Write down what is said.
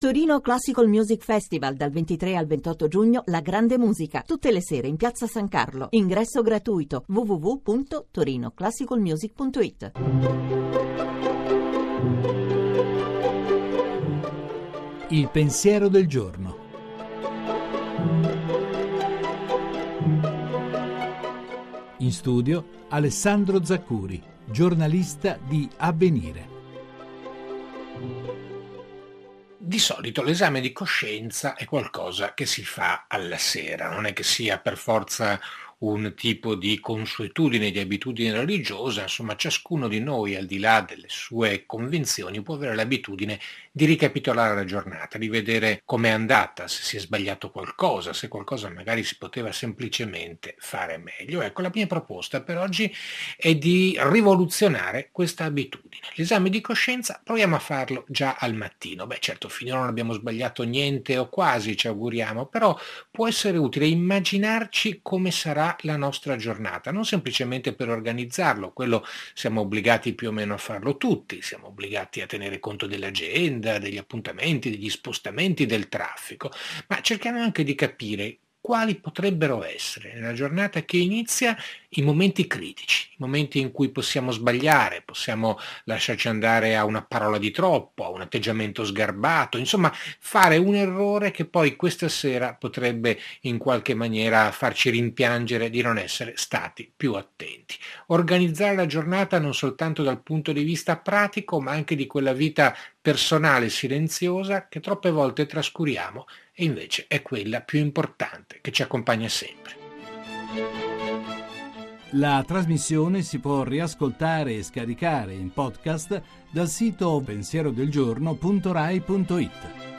Torino Classical Music Festival dal 23 al 28 giugno, la grande musica, tutte le sere in Piazza San Carlo. Ingresso gratuito, www.torinoclassicalmusic.it. Il pensiero del giorno. In studio Alessandro Zaccuri, giornalista di Avvenire. Di solito l'esame di coscienza è qualcosa che si fa alla sera, non è che sia per forza un tipo di consuetudine, di abitudine religiosa, insomma ciascuno di noi, al di là delle sue convinzioni, può avere l'abitudine di ricapitolare la giornata, di vedere com'è andata, se si è sbagliato qualcosa, se qualcosa magari si poteva semplicemente fare meglio. Ecco, la mia proposta per oggi è di rivoluzionare questa abitudine. L'esame di coscienza proviamo a farlo già al mattino. Beh, certo, finora non abbiamo sbagliato niente o quasi, ci auguriamo, però può essere utile immaginarci come sarà la nostra giornata, non semplicemente per organizzarlo, quello siamo obbligati più o meno a farlo tutti, siamo obbligati a tenere conto dell'agenda, degli appuntamenti, degli spostamenti, del traffico, ma cerchiamo anche di capire quali potrebbero essere nella giornata che inizia i momenti critici, i momenti in cui possiamo sbagliare, possiamo lasciarci andare a una parola di troppo, a un atteggiamento sgarbato, insomma fare un errore che poi questa sera potrebbe in qualche maniera farci rimpiangere di non essere stati più attenti. Organizzare la giornata non soltanto dal punto di vista pratico, ma anche di quella vita personale silenziosa che troppe volte trascuriamo e invece è quella più importante che ci accompagna sempre. La trasmissione si può riascoltare e scaricare in podcast dal sito pensierodelgiorno.rai.it.